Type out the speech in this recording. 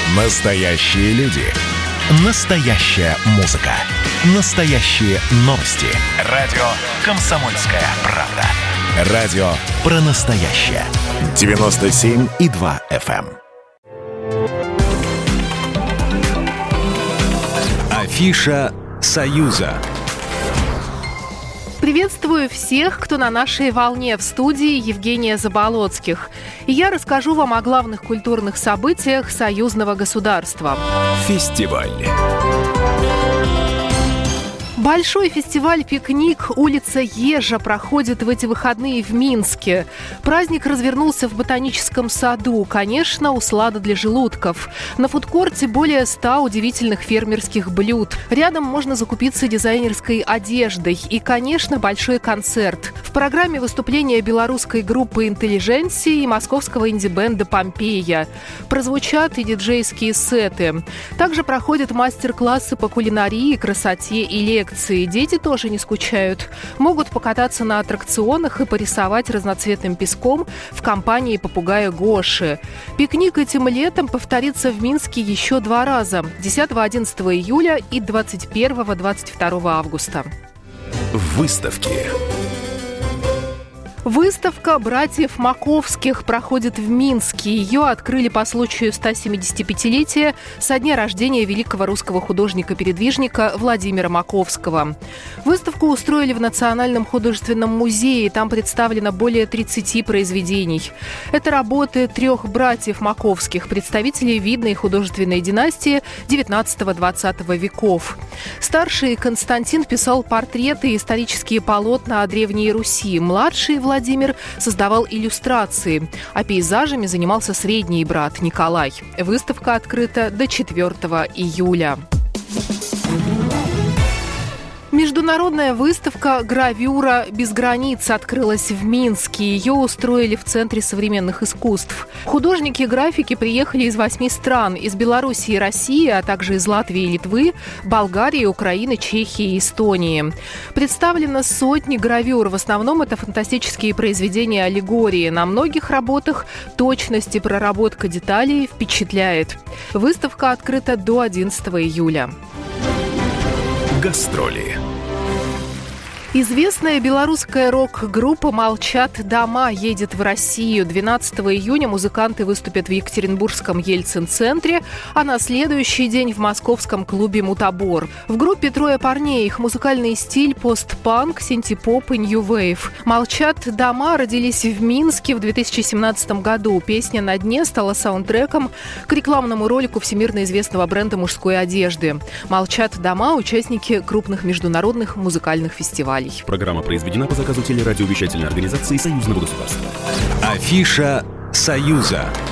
Настоящие люди. Настоящая музыка. Настоящие новости. Радио «Комсомольская правда». Радио про настоящее. 97,2 FM. Афиша «Союза». Приветствую всех, кто на нашей волне. В студии Евгения Заболоцких. И я расскажу вам о главных культурных событиях союзного государства. Фестиваль. Большой фестиваль «Пикник. Улица Ежа» проходит в эти выходные в Минске. Праздник развернулся в Ботаническом саду. Конечно, услада для желудков. На фудкорте более 100 удивительных фермерских блюд. Рядом можно закупиться дизайнерской одеждой. И, конечно, большой концерт. В программе выступления белорусской группы «Интеллиженсия» и московского инди-бенда «Помпея». Прозвучат и диджейские сеты. Также проходят мастер-классы по кулинарии, красоте и лекции. Дети тоже не скучают. Могут покататься на аттракционах и порисовать разноцветным песком в компании попугая Гоши. Пикник этим летом повторится в Минске еще 2 раза – 10-11 июля и 21-22 августа. Выставки. Выставка братьев Маковских проходит в Минске. Ее открыли по случаю 175-летия со дня рождения великого русского художника-передвижника Владимира Маковского. Выставку устроили в Национальном художественном музее. Там представлено более 30 произведений. Это работы 3 братьев Маковских, представителей видной художественной династии XIX-XX веков. Старший Константин писал портреты и исторические полотна о Древней Руси. Младший Владимир создавал иллюстрации, а пейзажами занимался средний брат Николай. Выставка открыта до 4 июля. Международная выставка «Гравюра без границ» открылась в Минске. Ее устроили в Центре современных искусств. Художники-графики приехали из 8 стран – из Беларуси и России, а также из Латвии и Литвы, Болгарии, Украины, Чехии и Эстонии. Представлено сотни гравюр. В основном это фантастические произведения аллегории. На многих работах точность и проработка деталей впечатляет. Выставка открыта до 11 июля. Гастроли. Известная белорусская рок-группа «Молчат дома» едет в Россию. 12 июня музыканты выступят в Екатеринбургском Ельцин-центре, а на следующий день в московском клубе «Мутабор». В группе 3 парней. Их музыкальный стиль – постпанк, синтепоп и нью-вейв. «Молчат дома» родились в Минске в 2017 году. Песня «На дне» стала саундтреком к рекламному ролику всемирно известного бренда мужской одежды. «Молчат дома» – участники крупных международных музыкальных фестивалей. Программа произведена по заказу телерадиовещательной организации Союзного государства. Афиша «Союза».